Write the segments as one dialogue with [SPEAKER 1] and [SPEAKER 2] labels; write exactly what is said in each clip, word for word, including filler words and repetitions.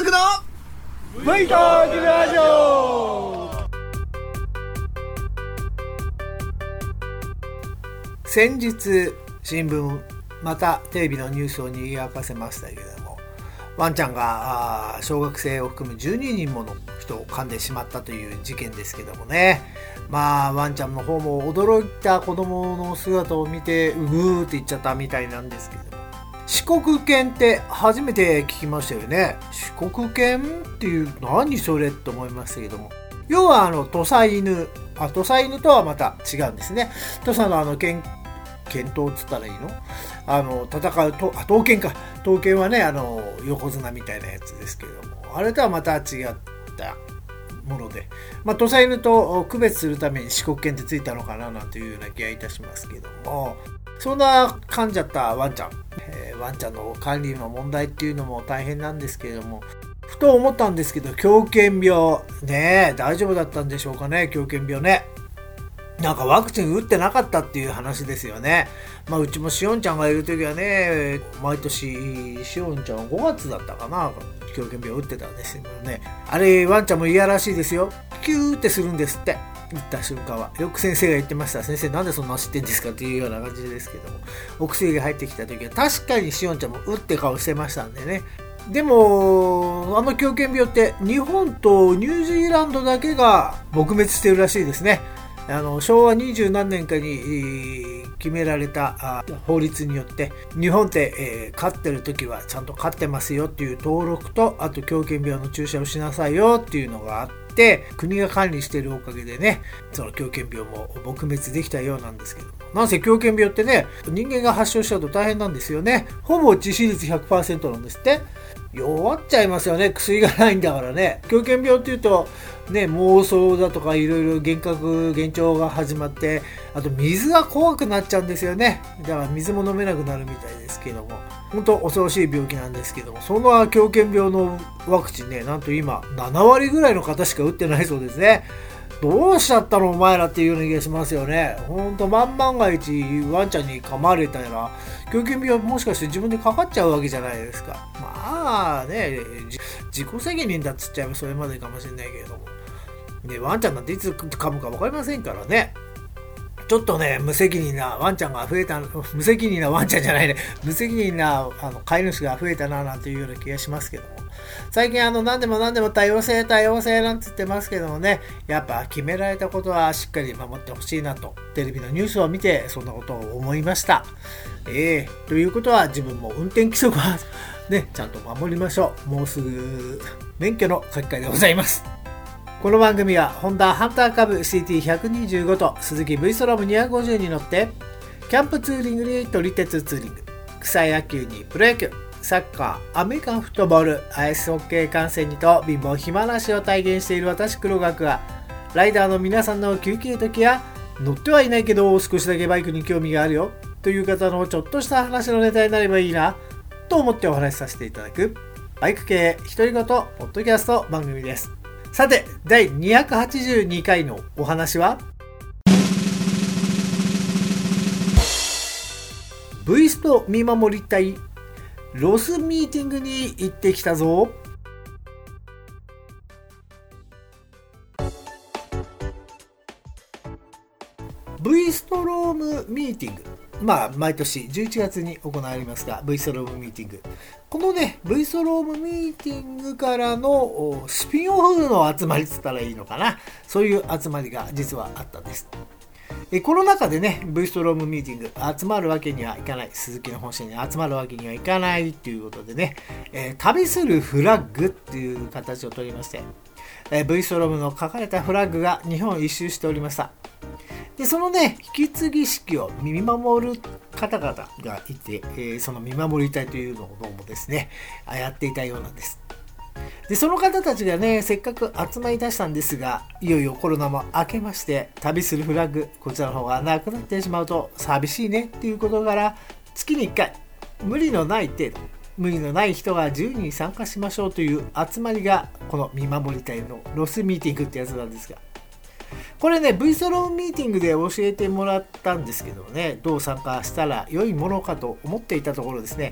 [SPEAKER 1] ークの V トークラジオ。先日新聞またテレビのニュースを賑やかせましたけれども、ワンちゃんが小学生を含むじゅうににんもの人を噛んでしまったという事件ですけどもね、まあワンちゃんの方も驚いた子供の姿を見てうぐーって言っちゃったみたいなんですけども、四国犬って初めて聞きましたよね。四国犬っていう何それって思いましたけども、要はあの土佐犬、あ土佐犬とはまた違うんですね。土佐のあの犬剣闘っつったらいいの、あの戦うと、あ刀剣か、刀剣はねあの横綱みたいなやつですけれども、あれとはまた違ったもので、まあ、土佐犬と区別するために四国犬ってついたのかななんていうような気がいたしますけども、そんな噛んじゃったワンちゃん、えー、ワンちゃんの管理の問題っていうのも大変なんですけれども、ふと思ったんですけど、狂犬病ね、大丈夫だったんでしょうかね。狂犬病ね、なんかワクチン打ってなかったっていう話ですよね。まあうちもしおんちゃんがいる時はね、毎年しおんちゃんはごがつだったかな、狂犬病打ってたんですけどね。あれワンちゃんも嫌らしいですよ。キューってするんですって、打った瞬間は。よく先生が言ってました。先生なんでそんな知ってんですかっていうような感じですけども、お薬が入ってきた時は確かにしおんちゃんも打って顔してましたんでね。でもあの狂犬病って日本とニュージーランドだけが撲滅してるらしいですね。あの昭和二十何年かに決められた法律によって、日本って、えー、飼ってる時はちゃんと飼ってますよっていう登録と、あと狂犬病の注射をしなさいよっていうのがあって、国が管理しているおかげでね、その狂犬病も撲滅できたようなんですけども、なんせ狂犬病ってね、人間が発症しちゃうと大変なんですよね。ほぼ致死率 ひゃくパーセント なんですって。弱っちゃいますよね、薬がないんだからね。狂犬病っていうとね、妄想だとかいろいろ幻覚幻聴が始まって、あと水が怖くなっちゃうんですよね。だから水も飲めなくなるみたいですけども、本当恐ろしい病気なんですけども、その狂犬病のワクチンね、なんと今ななわりぐらいの方しか打ってないそうですね。どうしちゃったのお前らっていうような気がしますよね。ほんと万万が一ワンちゃんに噛まれたら狂犬病もしかして自分でかかっちゃうわけじゃないですか。まあね、自己責任だっつっちゃえばそれまでかもしれないけれども、ね、ワンちゃんなんていつ噛むか分かりませんからね。ちょっとね、無責任なワンちゃんが増えた、無責任なワンちゃんじゃないね、無責任なあの飼い主が増えたななんていうような気がしますけども、最近あの何でも何でも多様性多様性なんて言ってますけどもね、やっぱ決められたことはしっかり守ってほしいなと、テレビのニュースを見てそんなことを思いました。えー、ということは自分も運転規則はね、ちゃんと守りましょう。もうすぐ免許の書き換えでございます。この番組はホンダハンター株 シーティーひゃくにじゅうご とスズキ V ストロームにひゃくごじゅうに乗ってキャンプツーリングに撮り鉄ツーリング、草野球にプロ野球、サッカー、アメリカンフットボール、アイスホッケー観戦にと貧乏暇なしを体現している私黒学が、ライダーの皆さんの休憩時や乗ってはいないけど少しだけバイクに興味があるよという方のちょっとした話のネタになればいいなと思ってお話しさせていただくバイク系独り言ポッドキャスト番組です。さてだいにひゃくはちじゅうにかいのお話は V スト見守り隊ロスミーティングに行ってきたぞ。V ストロームミーティング、まあ毎年じゅういちがつに行われますが V ストロームミーティング、このね V ストロームミーティングからのスピンオフの集まりっつったらいいのかな、そういう集まりが実はあったんです。えコロナ禍でね V ストロームミーティング集まるわけにはいかない、鈴木の本社に集まるわけにはいかないっていうことでね、えー、旅するフラッグっていう形をとりまして、えー、V ストロームの書かれたフラッグが日本一周しておりました。でそのね引き継ぎ式を見守る方々がいて、えー、その見守り隊というのをどうもですねやっていたようなんです。でその方たちがねせっかく集まりだしたんですが、いよいよコロナも明けまして旅するフラッグこちらの方がなくなってしまうと寂しいねっていうことから月にいっかい無理のない程度無理のない人がじゅうにん参加しましょうという集まりがこの見守り隊のロスミーティングってやつなんですが、これね V ストロームミーティングで教えてもらったんですけどね、どう参加したら良いものかと思っていたところですね、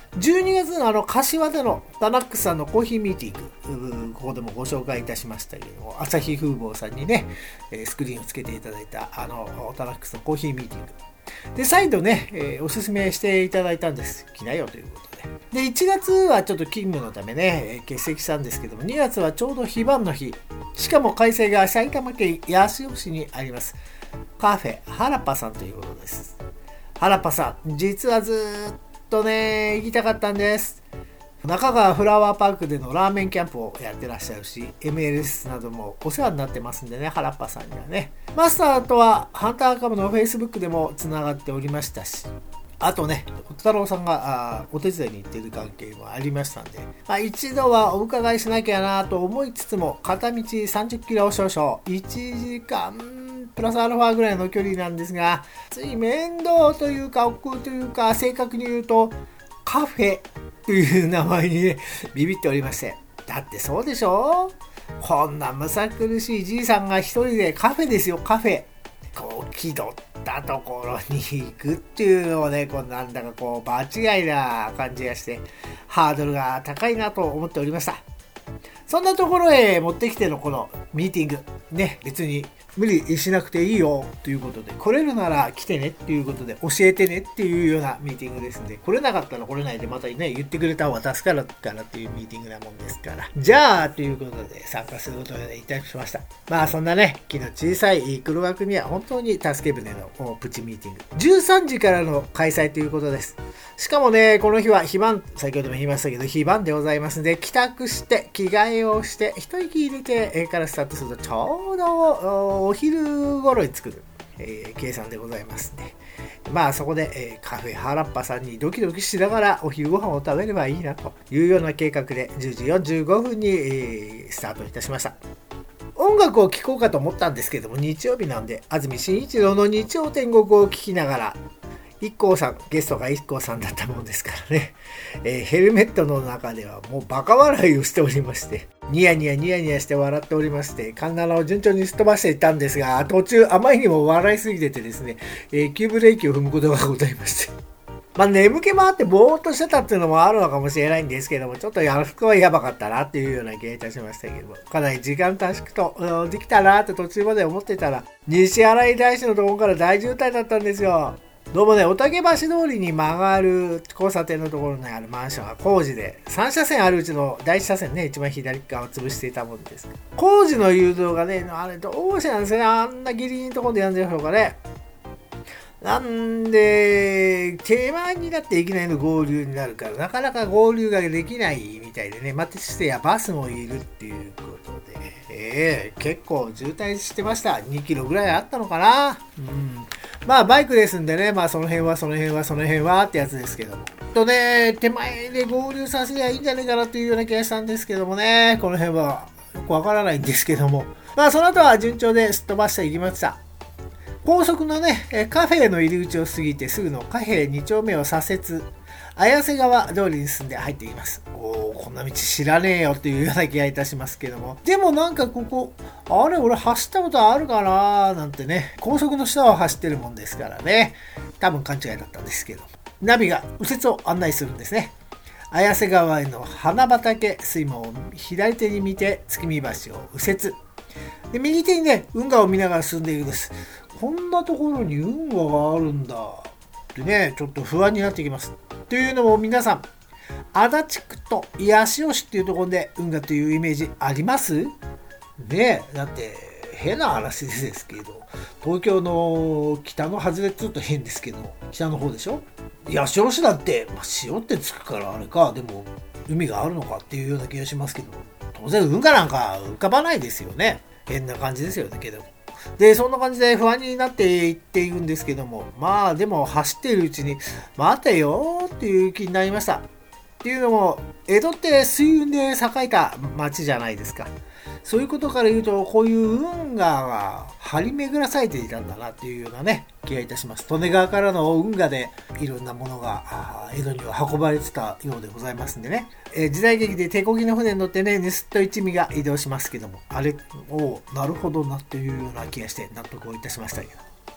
[SPEAKER 1] じゅうにがつのあの柏でのタナックスさんのコーヒーミーティング、ここでもご紹介いたしましたけども、朝日風貌さんにねスクリーンをつけていただいたあのタナックスのコーヒーミーティングで再度ね、えー、おすすめしていただいたんです。来なよということで。でいちがつはちょっと勤務のためね欠席したんですけども、にがつはちょうど非番の日、しかも開催が埼玉県八潮市にありますカフェハラパさんということです。ハラパさん、実はずっとね行きたかったんです。中川フラワーパークでのラーメンキャンプをやってらっしゃるし、 エムエルエス などもお世話になってますんでね、ハラパさんにはね。マスターとはハンターカムの Facebook でもつながっておりましたし、あとね小太郎さんがお手伝いに行っている関係もありましたんで、まあ、一度はお伺いしなきゃなと思いつつも、片道さんじゅっキロ少々いちじかんプラスアルファぐらいの距離なんですが、つい面倒というか億劫というか、正確に言うとカフェという名前にねビビっておりまして、だってそうでしょ、こんなむさ苦しいじいさんが一人でカフェですよ、カフェ、こう気取ったところに行くっていうのをね、こうなんだかこう場違いな感じがしてハードルが高いなと思っておりました。そんなところへ持ってきてのこのミーティングね、別に無理しなくていいよということで、来れるなら来てねっていうことで、教えてねっていうようなミーティングですんで、来れなかったら来れないでまたね言ってくれた方が助かるからっていうミーティングなもんですから、じゃあということで参加することでいたしました。まあそんなね気の小さい黒枠には本当に助け舟のプチミーティング、じゅうさんじからの開催ということです。しかもねこの日は非番、先ほども言いましたけど非番でございますので、帰宅して着替えをして一息入れてからスタートするとちょうどお昼頃に作る、えー、計算でございますね。まあそこで、えー、カフェハラッパさんにドキドキしながらお昼ご飯を食べればいいなというような計画でじゅうじよんじゅうごふんに、えー、スタートいたしました。音楽を聴こうかと思ったんですけども、日曜日なんで安住紳一郎の日曜天国を聴きながら、一光さん、ゲストが一光さんだったもんですからね、えー、ヘルメットの中ではもうバカ笑いをしておりまして、ニヤニヤニヤニヤして笑っておりまして、カンナラを順調にすっ飛ばしていたんですが、途中あまりにも笑いすぎててですね、えー、急ブレーキを踏むことがございまして、まあ眠気もあってぼーっとしてたっていうのもあるのかもしれないんですけども、ちょっとやる服はやばかったなっていうような気がいたしましたけども、かなり時間短縮とできたなって途中まで思ってたら、西新井大師のところから大渋滞だったんですよ。どうもね、御嶽橋通りに曲がる交差点のところにあるマンションは工事で、さん車線あるうちのだいいち車線ね、一番左側を潰していたもんです。工事の誘導がね、あれどうしてなんですかね、あんなギリギリのところでやんでるのかね。なんで、手前になっていきなりの合流になるから、なかなか合流ができないみたいでね、またしてやバスもいるっていうことで、えー、結構渋滞してました。にキロぐらいあったのかな。うん。まあバイクですんでね、まあその辺はその辺はその辺はってやつですけども。とね、手前で合流させりゃいいんじゃないかなっていうような気がしたんですけどもね、この辺はよくわからないんですけども。まあその後は順調ですっ飛ばしていきました。高速のね、カフェの入り口を過ぎてすぐの貨幣に丁目を左折、綾瀬川通りに進んで入っています。おー、こんな道知らねえよっていうような気がいたしますけども。でもなんかここ、あれ俺走ったことあるかなーなんてね、高速の下を走ってるもんですからね。多分勘違いだったんですけど。ナビが右折を案内するんですね。綾瀬川への花畑水門を左手に見て月見橋を右折。で、右手にね、運河を見ながら進んでいくんです。こんなところに運河があるんだってね、ちょっと不安になってきます。というのも皆さん、足立区と八潮市っていうところで運河というイメージありますね。だって変な話ですけど、東京の北の外れって言うと変ですけど、北の方でしょ。八潮市だって、まあ、潮ってつくからあれか、でも海があるのかっていうような気がしますけど、当然運河なんか浮かばないですよね。変な感じですよねけど。でそんな感じで不安になっていっているんですけども、まあでも走っているうちに待てよっていう気になりました。っていうのも江戸って水運で栄えた町じゃないですか。そういうことから言うと、こういう運河が張り巡らされていたんだなっていうようなね気がいたします。利根川からの運河でいろんなものが江戸には運ばれてたようでございますんでね、えー、時代劇で手漕ぎの船に乗ってね、盗人一味が移動しますけども、あれをなるほどなっていうような気がして納得をいたしましたけど、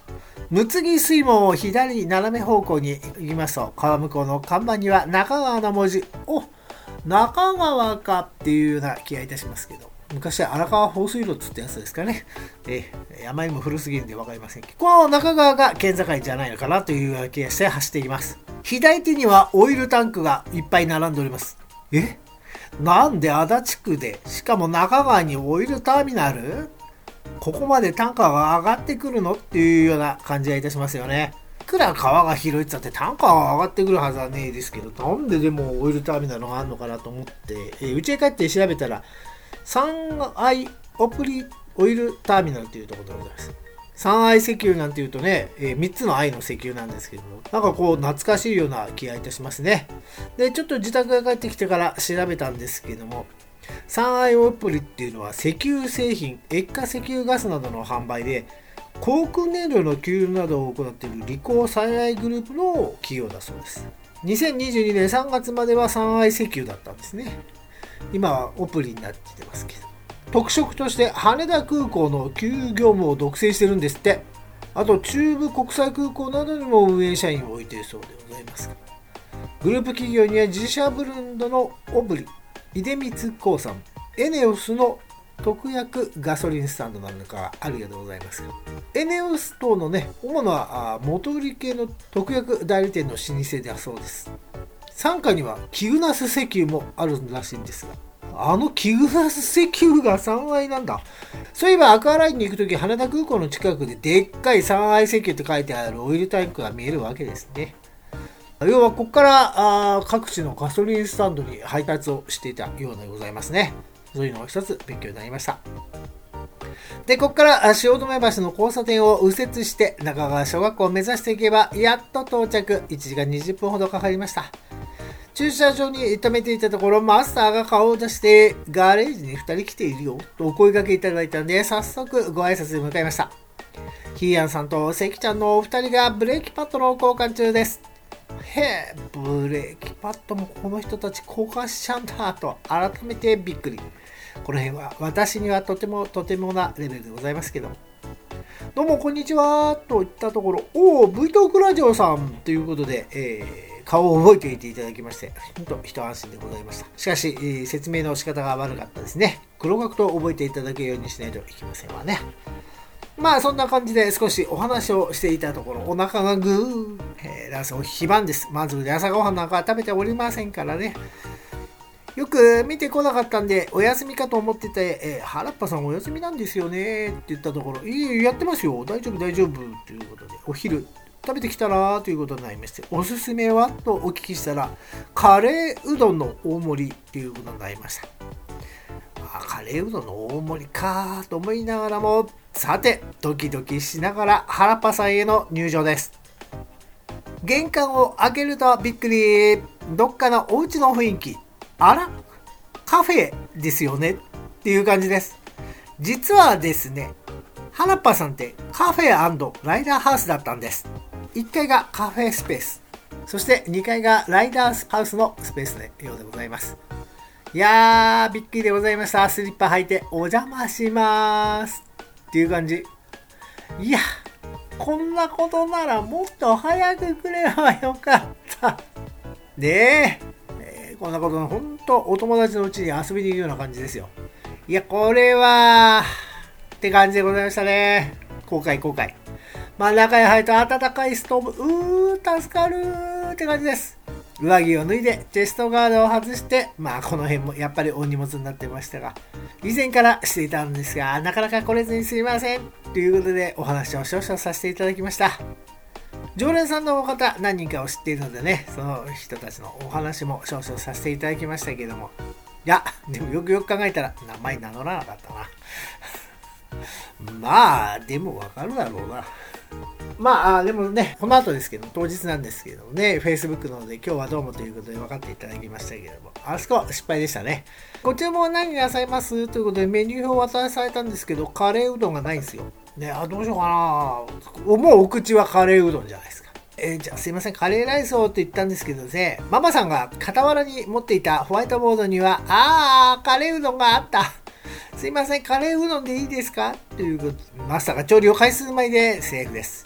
[SPEAKER 1] むつぎ水門を左斜め方向に行きますと、川向こうの看板には中川の文字。お、中川かっていうような気がいたしますけど、昔は荒川放水路っつったやつですかね。えー、あまりにも古すぎるんで分かりませんけど、この中川が県境じゃないのかなというような気がして走っています。左手にはオイルタンクがいっぱい並んでおります。え、なんで足立区で、しかも中川にオイルターミナル、ここまで単価が上がってくるのっていうような感じがいたしますよね。いくら川が広いって言ったって単価が上がってくるはずはねえですけど、なんででもオイルターミナルがあるのかなと思って、えー、家へ帰って調べたら三愛オプリオイルターミナルというところでございます。三愛石油なんていうとね、えー、みっつの愛の石油なんですけども、なんかこう懐かしいような気がいたしますね。で、ちょっと自宅が帰ってきてから調べたんですけども、三愛オプリっていうのは石油製品、液化石油ガスなどの販売で航空燃料の給油などを行っているリコー三愛グループの企業だそうです。にせんにじゅうにねんさんがつまでは三愛石油だったんですね。今はオプリになってますけど、特色として羽田空港の給油業務を独占してるんですって。あと中部国際空港などにも運営社員を置いているそうでございます。グループ企業には自社ブランドのオブリ、出光興産、エネオスの特約ガソリンスタンドなどがあるようでございます。エネオス等のね、主な元売り系の特約代理店の老舗だそうです。傘下にはキグナス石油もあるらしいんですが、あのキグナス石油が三愛なんだ。そういえばアクアラインに行くとき、羽田空港の近くででっかい三愛石油って書いてあるオイルタンクが見えるわけですね。要はここからあ各地のガソリンスタンドに配達をしていたようでございますね。そういうのを一つ勉強になりました。で、ここから汐留橋の交差点を右折して中川小学校を目指していけばやっと到着。いちじかんにじゅっぷんほどかかりました。駐車場に止めていたところ、マスターが顔を出してガレージにふたり来ているよとお声掛けいただいたので、早速ご挨拶に向かいました。ヒーヤンさんと関ちゃんのお二人がブレーキパッドの交換中です。へえ、ブレーキパッドもこの人たち交換しちゃうんだと改めてびっくり。この辺は私にはとてもとてもなレベルでございますけども、どうもこんにちはと言ったところ、おお V トークラジオさんということで、えー、顔を覚えていていただきまして本当一安心でございました。しかし、えー、説明の仕方が悪かったですね。黒学と覚えていただけるようにしないといけませんわね。まあそんな感じで少しお話をしていたところ、お腹がぐー、えー、ラスお非番です。まず朝ごはんなんか食べておりませんからね。よく見てこなかったんでお休みかと思ってて、えー、原っぱさんお休みなんですよねって言ったところ、いえいえやってますよ、大丈夫大丈夫ということで、お昼食べてきたらということになりまして、おすすめはとお聞きしたらカレーうどんの大盛りっていうことになりました。あ、カレーうどんの大盛りかと思いながらも、さてドキドキしながら原っぱさんへの入場です。玄関を開けるとびっくり、どっかのお家の雰囲気、あらカフェですよねっていう感じです。実はですね、原っぱさんってカフェ&ライダーハウスだったんです。いっかいがカフェスペース、そしてにかいがライダーハウスのスペースのようでございます。いやーびっくりでございました。スリッパ履いてお邪魔しますっていう感じ。いや、こんなことならもっと早く来ればよかったねえ。こんなことの本当お友達のうちに遊びに行くような感じですよ。いや、これはって感じでございましたね。後悔後悔。真ん中に入ると暖かいストーブ、うー助かるーって感じです。上着を脱いでチェストガードを外して、まあこの辺もやっぱりお荷物になってましたが、以前からしていたんですがなかなか来れずにすいませんということでお話を少々させていただきました。常連さんの方何人かを知っているのでね、その人たちのお話も少々させていただきましたけども、いやでもよくよく考えたら名前名乗らなかったなまあでもわかるだろうな。まあでもね、この後ですけど、当日なんですけどもね、Facebook の方で今日はどうもということで分かっていただきましたけれども、あそこ失敗でしたね。ご注文は何になさいますということでメニュー表を渡されたんですけど、カレーうどんがないんですよ。ね、あ、どうしようかな。もうお口はカレーうどんじゃないですか。えー、じゃあすいません、カレーライスをって言ったんですけどね、ママさんが傍らに持っていたホワイトボードには、あー、カレーうどんがあった。すいません、カレーうどんでいいですかということで、マスターが調理を開始する前でセーフです。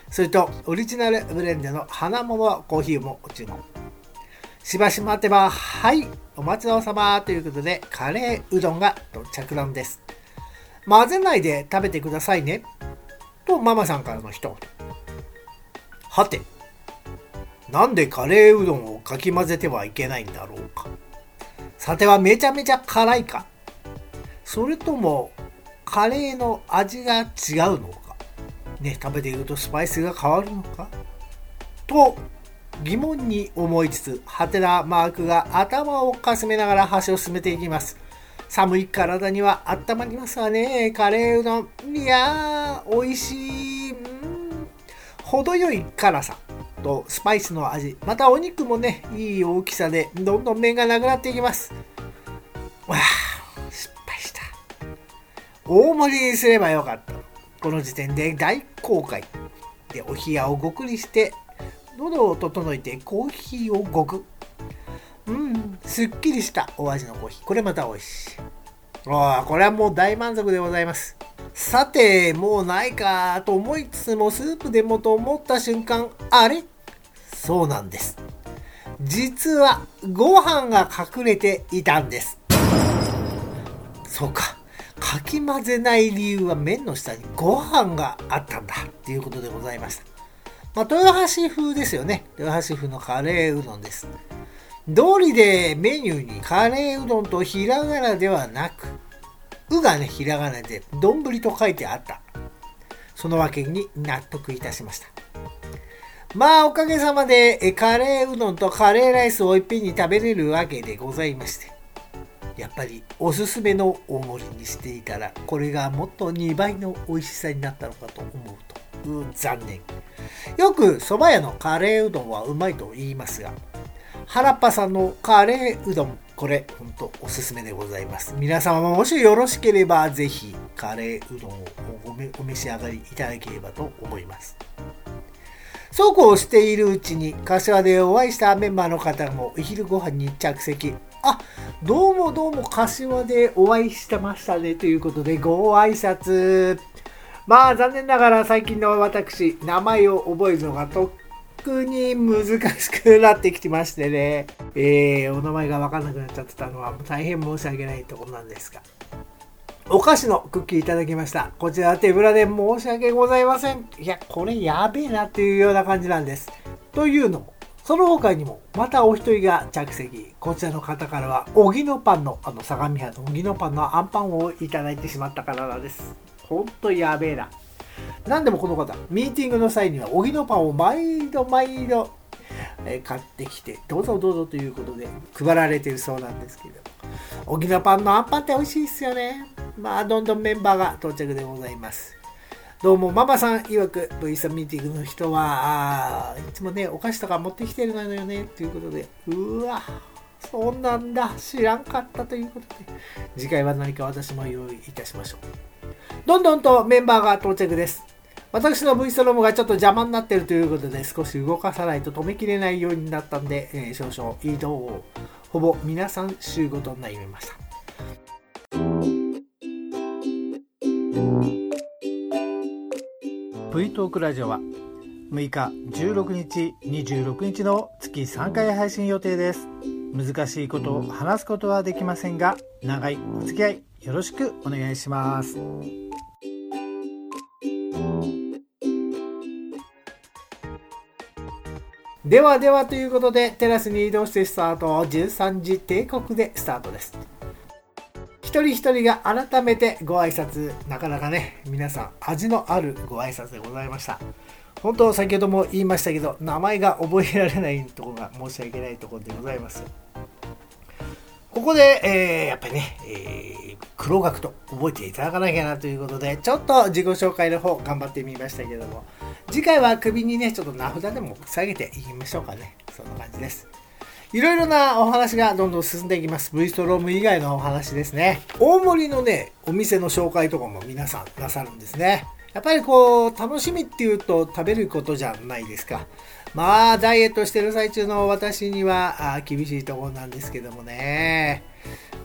[SPEAKER 1] それとオリジナルブレンドの花桃コーヒーも注文。しばし待てば、はい、お待ちどおさまということで、カレーうどんが到着なんです。混ぜないで食べてくださいね。とママさんからの一言。はて、なんでカレーうどんをかき混ぜてはいけないんだろうか。さてはめちゃめちゃ辛いか。それともカレーの味が違うのか。ね、食べているとスパイスが変わるのか。と疑問に思いつつ、ハテナマークが頭をかすめながら箸を進めていきます。寒い体には温まりますわね、カレーうどん。いやー、美味しい。うん、程よい辛さとスパイスの味、またお肉もね、いい大きさで、どんどん麺がなくなっていきます。わあ、失敗した。大盛りにすればよかった。この時点で大後悔。で、お冷やをごくりして、喉を整えてコーヒーをごく。うん、すっきりしたお味のコーヒー。これまた美味しい。ああ、これはもう大満足でございます。さて、もうないかと思いつつも、スープでもと思った瞬間、あれ？そうなんです。実はご飯が隠れていたんです。そうか。かき混ぜない理由は麺の下にご飯があったんだっていうことでございました。まあ、豊橋風ですよね。豊橋風のカレーうどんです。道理でメニューにカレーうどんとひらがなではなく、うがね、ひらがなで丼と書いてあった。そのわけに納得いたしました。まあおかげさまでカレーうどんとカレーライスをいっぺんに食べれるわけでございまして、やっぱりおすすめの大盛りにしていたら、これがもっとにばいの美味しさになったのかと思うと、う残念。よく蕎麦屋のカレーうどんはうまいと言いますが、原っぱさんのカレーうどん、これほんとおすすめでございます。皆様ももしよろしければぜひカレーうどんを お, お召し上がりいただければと思います。そうこうしているうちに、柏でお会いしたメンバーの方もお昼ご飯に着席。あ、どうもどうも柏でお会いしてましたねということでご挨拶。まあ残念ながら最近の私、名前を覚えるのが特に難しくなってきてましてね、えー、お名前が分かんなくなっちゃってたのは大変申し訳ないところなんですが、お菓子のクッキーいただきました。こちら手ぶらで申し訳ございません。いや、これやべえなっていうような感じなんです。というのも、その他にもまたお一人が着席。こちらの方からは荻野パンの、あの相模原の荻野パンのあんパンをいただいてしまったからなんです。ほんとやべえな。なんでもこの方、ミーティングの際には荻野パンを毎度毎度買ってきて、どうぞどうぞということで配られているそうなんですけど、荻野パンのあんパンって美味しいですよね。まあどんどんメンバーが到着でございます。どうもママさん曰く ブイさんミーティングの人はあいつもねお菓子とか持ってきてるのよねということで、うわそうなんだ、知らんかったということで、次回は何か私も用意いたしましょう。どんどんとメンバーが到着です。私の V ストロームがちょっと邪魔になっているということで、少し動かさないと止めきれないようになったんで、えー、少々移動をほぼ皆さん集合となりました。V トークラジオはむいか、じゅうろくにち、にじゅうろくにちの月さんかい配信予定です。難しいことを話すことはできませんが、長いお付き合いよろしくお願いします。ではではということで、テラスに移動してスタート。じゅうさんじ定刻でスタートです。一人一人が改めてご挨拶、なかなかね、皆さん味のあるご挨拶でございました。本当先ほども言いましたけど、名前が覚えられないところが申し訳ないところでございます。ここで、えー、やっぱりね、えー、黒学と覚えていただかなきゃなということで、ちょっと自己紹介の方頑張ってみましたけども、次回は首にね、ちょっと名札でも下げていきましょうかね。そんな感じです。いろいろなお話がどんどん進んでいきます。V ストローム以外のお話ですね。大盛りのね、お店の紹介とかも皆さんなさるんですね。やっぱりこう、楽しみっていうと食べることじゃないですか。まあ、ダイエットしてる最中の私にはあ厳しいところなんですけどもね。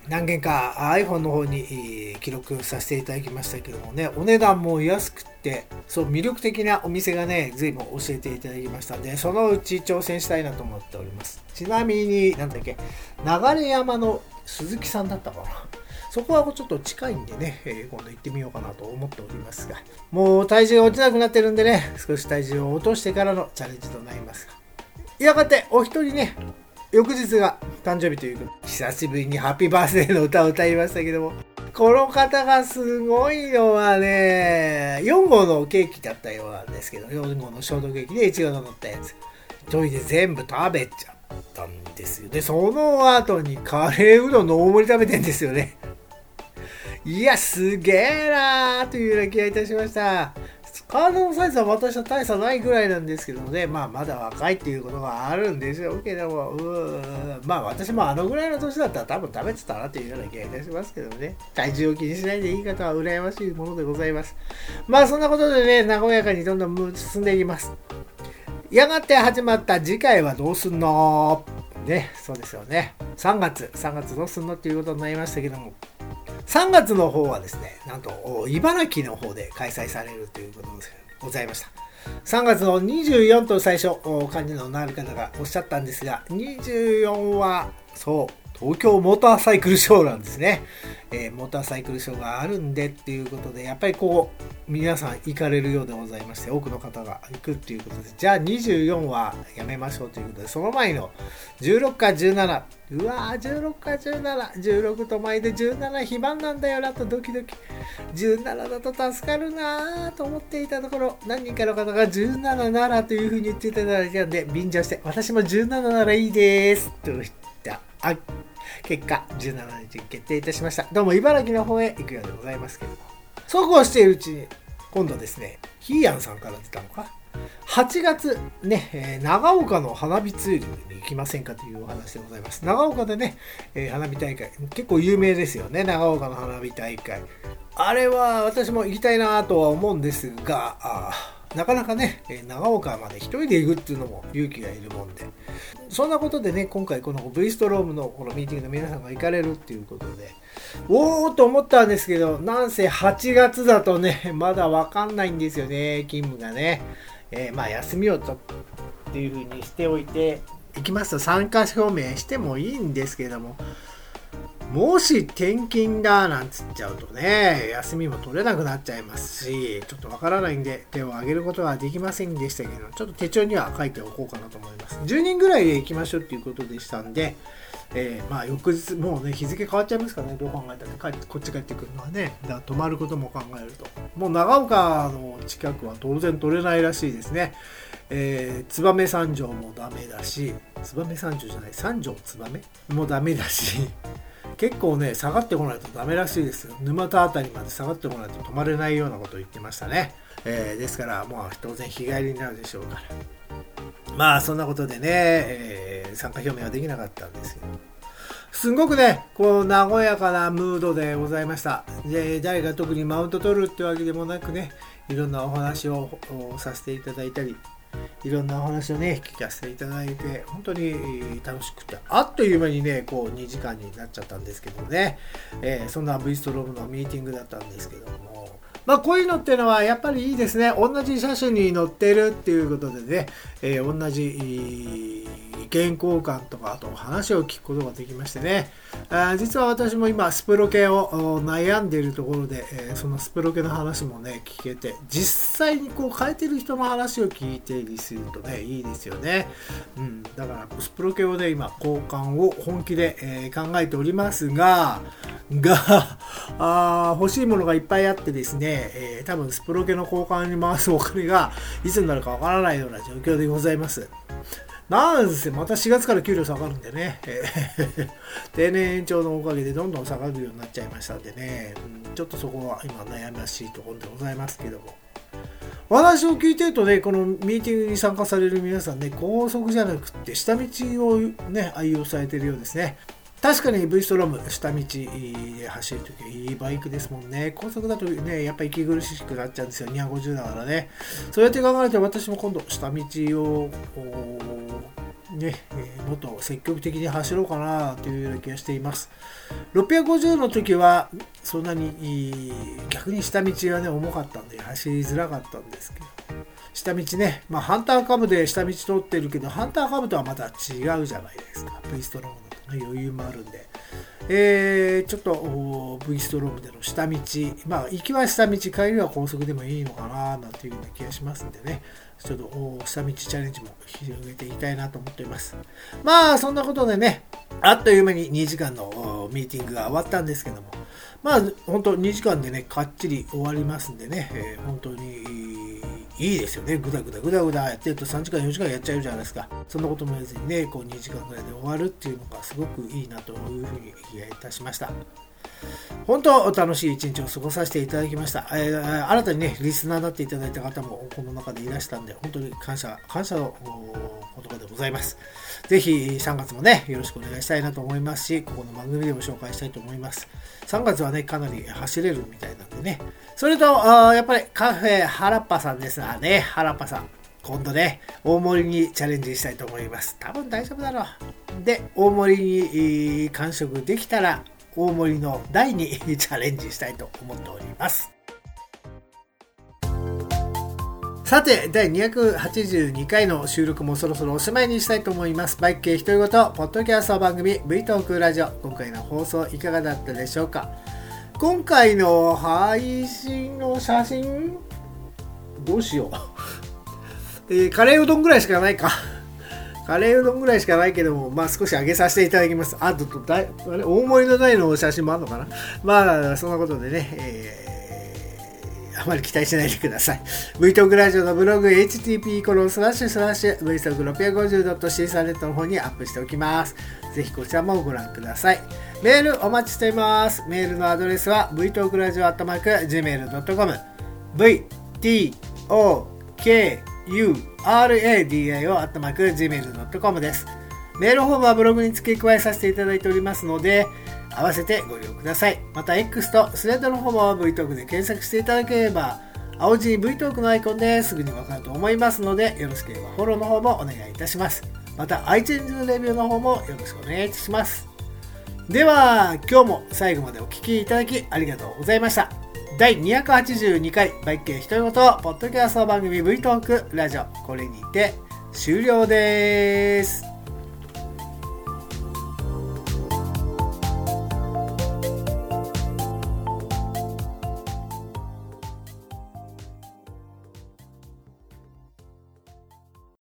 [SPEAKER 1] 何件か iPhone の方に記録させていただきましたけどもね、お値段も安くて、そう魅力的なお店がね、随分教えていただきましたんで、そのうち挑戦したいなと思っております。ちなみに、なんだっけ、流山の鈴木さんだったかな。そこはちょっと近いんでね、えー、今度行ってみようかなと思っておりますが、もう体重が落ちなくなってるんでね、少し体重を落としてからのチャレンジとなりますが、やがてお一人ね、翌日が誕生日ということで、久しぶりにハッピーバースデーの歌を歌いましたけども、この方がすごいのはね、よん号のケーキだったようなんですけど、よん号のショートケーキでいちごの乗ったやつ、一人で全部食べちゃったんですよ。で、その後にカレーうどんの大盛り食べてんですよね。いや、すげえなーというような気がいたしました。体のサイズは私は大差ないぐらいなんですけどね、まあまだ若いっていうことがあるんでしょうけども、うーん、まあ私もあのぐらいの年だったら多分食べてたなというような気がいたしますけどね。体重を気にしないでいい方は羨ましいものでございます。まあそんなことでね、和やかにどんどん進んでいきます。やがて始まった次回はどうすんのね、そうですよね。さんがつ、さんがつどうすんのっていうことになりましたけども、さんがつの方はですね、なんと茨城の方で開催されるということでございました。さんがつのにじゅうよっかと最初、幹事のなる方がおっしゃったんですが、にじゅうよっかは、そう、東京モーターサイクルショーなんですね。えー、モーターサイクルショーがあるんでっていうことで、やっぱりこう、皆さん行かれるようでございまして、多くの方が行くっていうことで、じゃあにじゅうよっかはやめましょうということで、その前のじゅうろくかじゅうなな、うわーじゅうろくかじゅうなな、じゅうろくと前でじゅうなな非番なんだよなとドキドキ、じゅうななだと助かるなと思っていたところ、何人かの方がじゅうななならというふうに言っていただいたので、便乗して、私もじゅうななならいいですと言った。あ、結果じゅうしちにち決定いたしました。どうも茨城の方へ行くようでございますけれども、そうこうしているうちに今度ですね、ヒーヤンさんから出たのか、はちがつね、えー、長岡の花火ツールに行きませんかというお話でございます。長岡でね、えー、花火大会結構有名ですよね。長岡の花火大会、あれは私も行きたいなとは思うんですが、あなかなかね、長岡まで一人で行くっていうのも勇気がいるもんで、そんなことでね、今回この V ストロームのこのミーティングの皆さんが行かれるっていうことで、おーっと思ったんですけど、なんせはちがつだとね、まだわかんないんですよね、勤務がね。えー、まあ休みをとっていう風にしておいて、行きますと参加表明してもいいんですけども、もし転勤だなんつっちゃうとね、休みも取れなくなっちゃいますし、ちょっとわからないんで手を挙げることはできませんでしたけど、ちょっと手帳には書いておこうかなと思います。じゅうにんぐらいで行きましょうっていうことでしたんで、えー、まあ翌日、もうね、日付変わっちゃいますからね、どう考えたって帰ってこっち帰ってくるのはね、だから泊まることも考えると、もう長岡の近くは当然取れないらしいですね。えー、燕三条もダメだし、燕三条じゃない、三条燕もダメだし、結構ね、下がってこないとダメらしいですよ。沼田あたりまで下がってこないと泊まれないようなことを言ってましたね。えー、ですから、まあ当然日帰りになるでしょうから。まあそんなことでね、えー、参加表明はできなかったんですけど、すごくね、こう和やかなムードでございました。で、誰が特にマウント取るってわけでもなくね、いろんなお話をさせていただいたり、いろんなお話をね聞かせていただいて、本当に楽しくて、あっという間にねこうにじかんになっちゃったんですけどね、えー、そんな V ストロームのミーティングだったんですけども、まあこういうのっていうのはやっぱりいいですね。同じ車種に乗ってるっていうことでね、えー、同じ意見交換とか、あと話を聞くことができましてね、あ実は私も今スプロケを悩んでいるところで、えー、そのスプロケの話もね聞けて、実際にこう変えてる人の話を聞いてりするとねいいですよね。うん、だからスプロケをね今交換を本気で、えー、考えておりますががあ欲しいものがいっぱいあってですね、えー、多分スプロケの交換に回すお金がいつになるかわからないような状況でございます。なんせまたしがつから給料下がるんでね、えー、定年延長のおかげでどんどん下がるようになっちゃいましたんでね、うん、ちょっとそこは今悩ましいところでございますけども、お話を聞いてるとね、このミーティングに参加される皆さんね、高速じゃなくて下道をね愛用されているようですね。確かに V ストローム下道で走るときいいバイクですもんね。高速だとねやっぱり息苦しくなっちゃうんですよ。にひゃくごじゅうだからね。そうやって考えると私も今度下道をね、えー、もっと積極的に走ろうかなというような気がしています。ろっぴゃくごじゅうの時はそんなに逆に下道がね重かったんで走りづらかったんですけど、下道ね、まあ、ハンターカブで下道通ってるけど、ハンターカブとはまた違うじゃないですか。 V ストロームだとね余裕もあるんで、えー、ちょっと V ストロームでの下道、まあ行きは下道、帰りは高速でもいいのかななんていうような気がしますんでね、ちょっと下道チャレンジも広げていきたいなと思っています。まあそんなことでね、あっという間ににじかんのミーティングが終わったんですけども、まあ本当にじかんでねかっちり終わりますんでね、えー、本当にいいですよね。ぐだぐだぐだぐだやってるとさんじかんよじかんやっちゃうじゃないですか。そんなことも言わずにね、こうにじかんぐらいで終わるっていうのがすごくいいなというふうに気がいたしました。本当楽しい一日を過ごさせていただきました。えー、新たにねリスナーになっていただいた方もこの中でいらしたんで、本当に感謝感謝の言葉でございます。ぜひさんがつもねよろしくお願いしたいなと思いますし、ここの番組でも紹介したいと思います。さんがつはねかなり走れるみたいなんでね。それとあやっぱりカフェはらっぱさんですがね、はらっぱさん今度ね大盛りにチャレンジしたいと思います。多分大丈夫だろう。で大盛りに完食できたら大盛りのだいにチャレンジしたいと思っております。さてだいにひゃくはちじゅうにかいの収録もそろそろおしまいにしたいと思います。バイク系独り言ポッドキャスト番組 V トークラジオ、今回の放送いかがだったでしょうか。今回の配信の写真どうしよう、えー、カレーうどんぐらいしかないかカレーうどんぐらいしかないけども、まあ少し上げさせていただきます。あとだいあれ大盛りの台の写真もあるのかな。まあそんなことでね、えー、あまり期待しないでください。V トークラジオのブログ エイチティーピーコロンスラッシュスラッシュ ブイトークろっぴゃくごじゅうドットシーサーネット の方にアップしておきます。ぜひこちらもご覧ください。メールお待ちしています。メールのアドレスは ブイトークラジオアットマークジーメールドットコム ブイトークユーアールエーディーアイオー アットマーク ジーメールドットコム です。メールフォームはブログに付け加えさせていただいておりますので、合わせてご利用ください。また X とスレッドの方も V トークで検索していただければ、青字 V トークのアイコンですぐにわかると思いますので、よろしければフォローの方もお願いいたします。また iTunes レビューの方もよろしくお願いいたします。では今日も最後までお聞きいただきありがとうございました。だいにひゃくはちじゅうにかいバイク系独り言ポッドキャスト番組 V トークラジオ、これにて終了です。